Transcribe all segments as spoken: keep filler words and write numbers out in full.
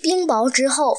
冰雹之后。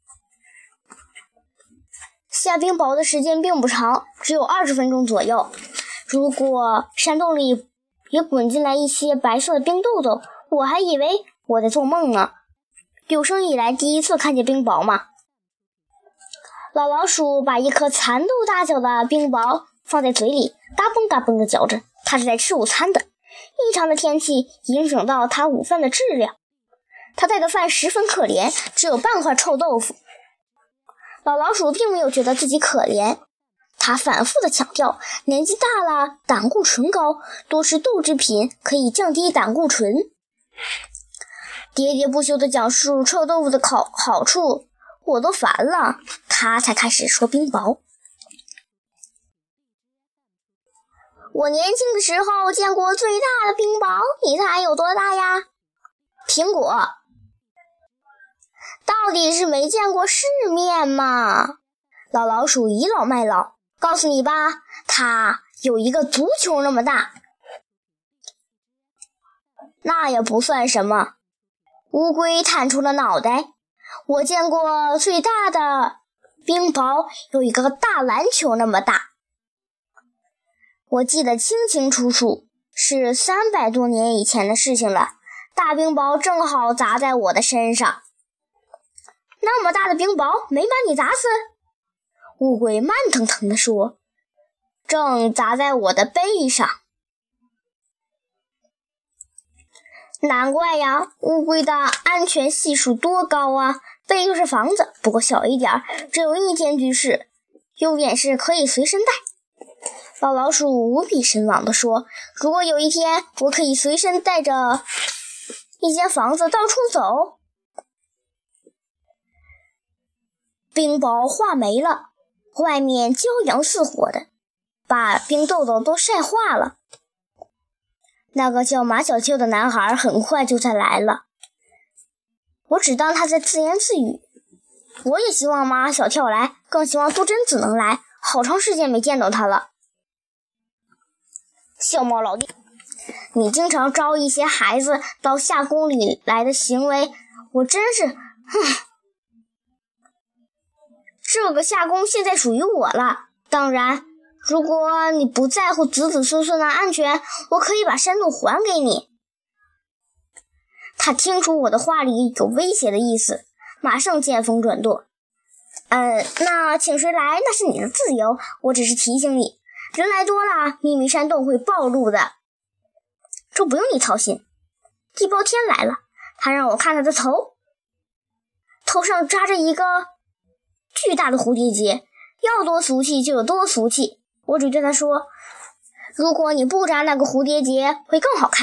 下冰雹的时间并不长，只有二十分钟左右。如果山洞里也滚进来一些白色的冰豆豆，我还以为我在做梦呢。有生以来第一次看见冰雹嘛。老老鼠把一颗蚕豆大小的冰雹放在嘴里，嘎嘣嘎嘣地嚼着，它是在吃午餐的。异常的天气影响到它午饭的质量，它带的饭十分可怜，只有半块臭豆腐。老老鼠并没有觉得自己可怜，它反复地强调，年纪大了，胆固醇高，多吃豆制品可以降低胆固醇。喋喋不休地讲述臭豆腐的好好处，我都烦了，他才开始说冰雹。我年轻的时候见过最大的冰雹，你猜有多大呀？苹果。到底是没见过世面嘛？老老鼠倚老卖老，告诉你吧，它有一个足球那么大。那也不算什么。乌龟探出了脑袋，我见过最大的冰雹有一个大篮球那么大。我记得清清楚楚，是三百多年以前的事情了。大冰雹正好砸在我的身上。那么大的冰雹没把你砸死？乌龟慢腾腾地说，正砸在我的背上。难怪呀，乌龟的安全系数多高啊！背就是房子，不过小一点，只有一间居室，优点是可以随身带。老老鼠无比神往地说，如果有一天我可以随身带着一间房子到处走。冰雹化没了，外面骄阳似火的，把冰豆豆都晒化了。那个叫马小跳的男孩很快就再来了，我只当他在自言自语。我也希望马小跳来，更希望杜真子能来，好长时间没见到他了。小猫老弟，你经常招一些孩子到夏宫里来的行为，我真是，哼。这个夏宫现在属于我了，当然，如果你不在乎子子孙孙的安全，我可以把山洞还给你。他听出我的话里有威胁的意思，马上见风转舵。呃，那请谁来那是你的自由，我只是提醒你，人来多了，秘密山洞会暴露的。这不用你操心。地包天来了，他让我看他的头，头上扎着一个巨大的蝴蝶结，要多俗气就有多俗气。我只对他说，如果你不扎那个蝴蝶结会更好看。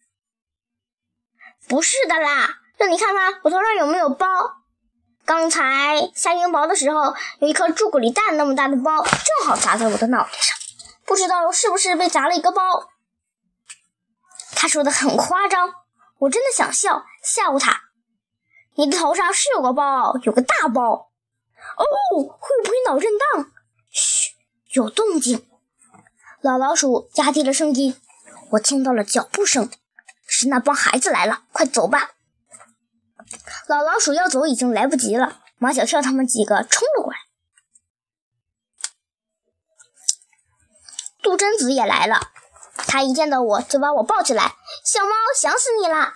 不是的啦，让你看看我头上有没有包。刚才下冰雹的时候，有一颗朱古力蛋那么大的包正好砸在我的脑袋上，不知道是不是被砸了一个包。他说的很夸张，我真的想笑吓唬他。你的头上是有个包，有个大包。哦，会不会脑震荡？嘘，有动静。老老鼠压低了声音，我听到了脚步声，是那帮孩子来了，快走吧。老老鼠要走已经来不及了，马小跳他们几个冲了过来。杜真子也来了，他一见到我就把我抱起来，小猫想死你了。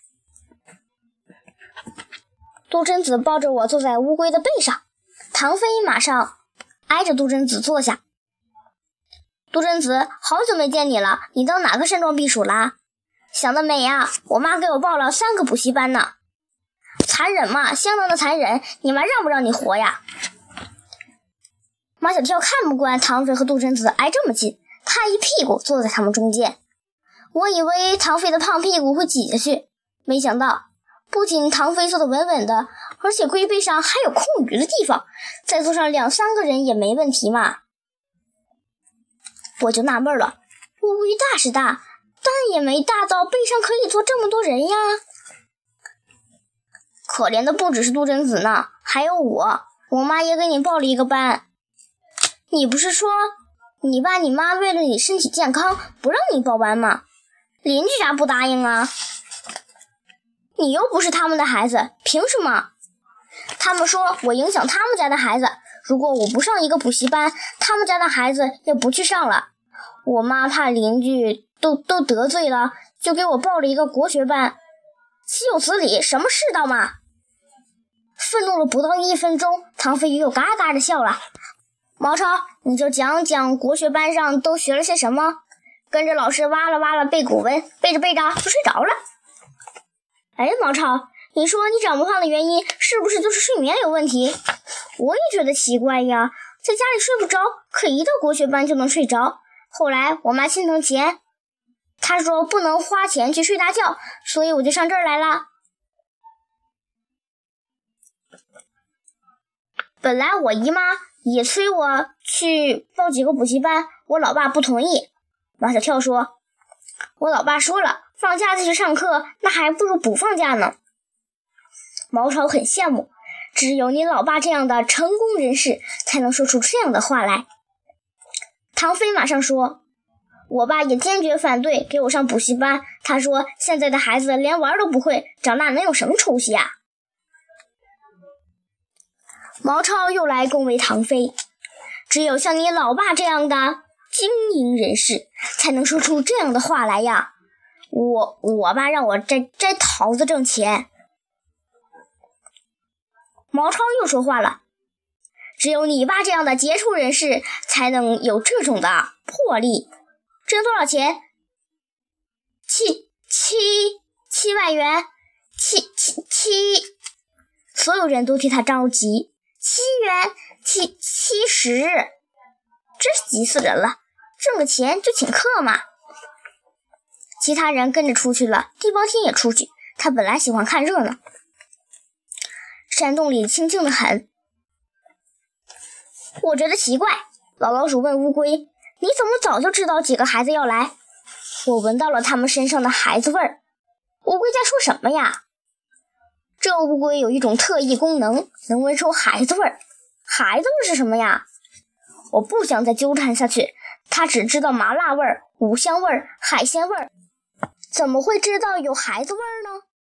杜真子抱着我坐在乌龟的背上，唐飞马上挨着杜真子坐下。杜真子，好久没见你了，你到哪个山庄避暑啦？想得美呀，我妈给我报了三个补习班呢。残忍嘛，相当的残忍，你妈让不让你活呀？马小跳看不惯唐飞和杜真子挨这么近，他一屁股坐在他们中间。我以为唐飞的胖屁股会挤下去，没想到不仅唐飞坐得稳稳的，而且龟背上还有空余的地方，再坐上两三个人也没问题嘛。我就纳闷了，乌龟大是大，但也没大到背上可以坐这么多人呀。可怜的不只是杜真子呢，还有我，我妈也给你报了一个班。你不是说你爸你妈为了你身体健康不让你报班吗？邻居家不答应啊？你又不是他们的孩子，凭什么？ 他们说我影响他们家的孩子，如果我不上一个补习班，他们家的孩子也不去上了。我妈怕邻居都都得罪了，就给我报了一个国学班。岂有此理，什么世道嘛！愤怒了不到一分钟，唐飞又嘎嘎地笑了。毛超，你就讲讲国学班上都学了些什么？跟着老师挖了挖了背古文，背着背着就睡着了。哎，毛超，你说你长不胖的原因是不是就是睡眠有问题？我也觉得奇怪呀，在家里睡不着，可一到国学班就能睡着。后来我妈心疼钱，她说不能花钱去睡大觉，所以我就上这儿来了。本来我姨妈也催我去报几个补习班，我老爸不同意。马小跳说，我老爸说了，放假再去上课，那还不如不放假呢。毛超很羡慕，只有你老爸这样的成功人士才能说出这样的话来。唐飞马上说，我爸也坚决反对给我上补习班，他说现在的孩子连玩都不会，长大能有什么出息啊？毛超又来恭维唐飞，只有像你老爸这样的精英人士才能说出这样的话来呀！我我爸让我摘摘桃子挣钱。毛超又说话了，只有你爸这样的杰出人士才能有这种的魄力。挣多少钱？七七七万元，七七七！所有人都替他着急。七元，七七十，真是急死人了！挣个钱就请客嘛。其他人跟着出去了，地包天也出去，他本来喜欢看热闹。山洞里清静得很。我觉得奇怪，老老鼠问乌龟，你怎么早就知道几个孩子要来？我闻到了他们身上的孩子味儿。乌龟在说什么呀？这乌龟有一种特异功能，能闻出孩子味儿。孩子味是什么呀？我不想再纠缠下去，他只知道麻辣味儿、五香味儿、海鲜味儿，怎么会知道有孩子味儿呢？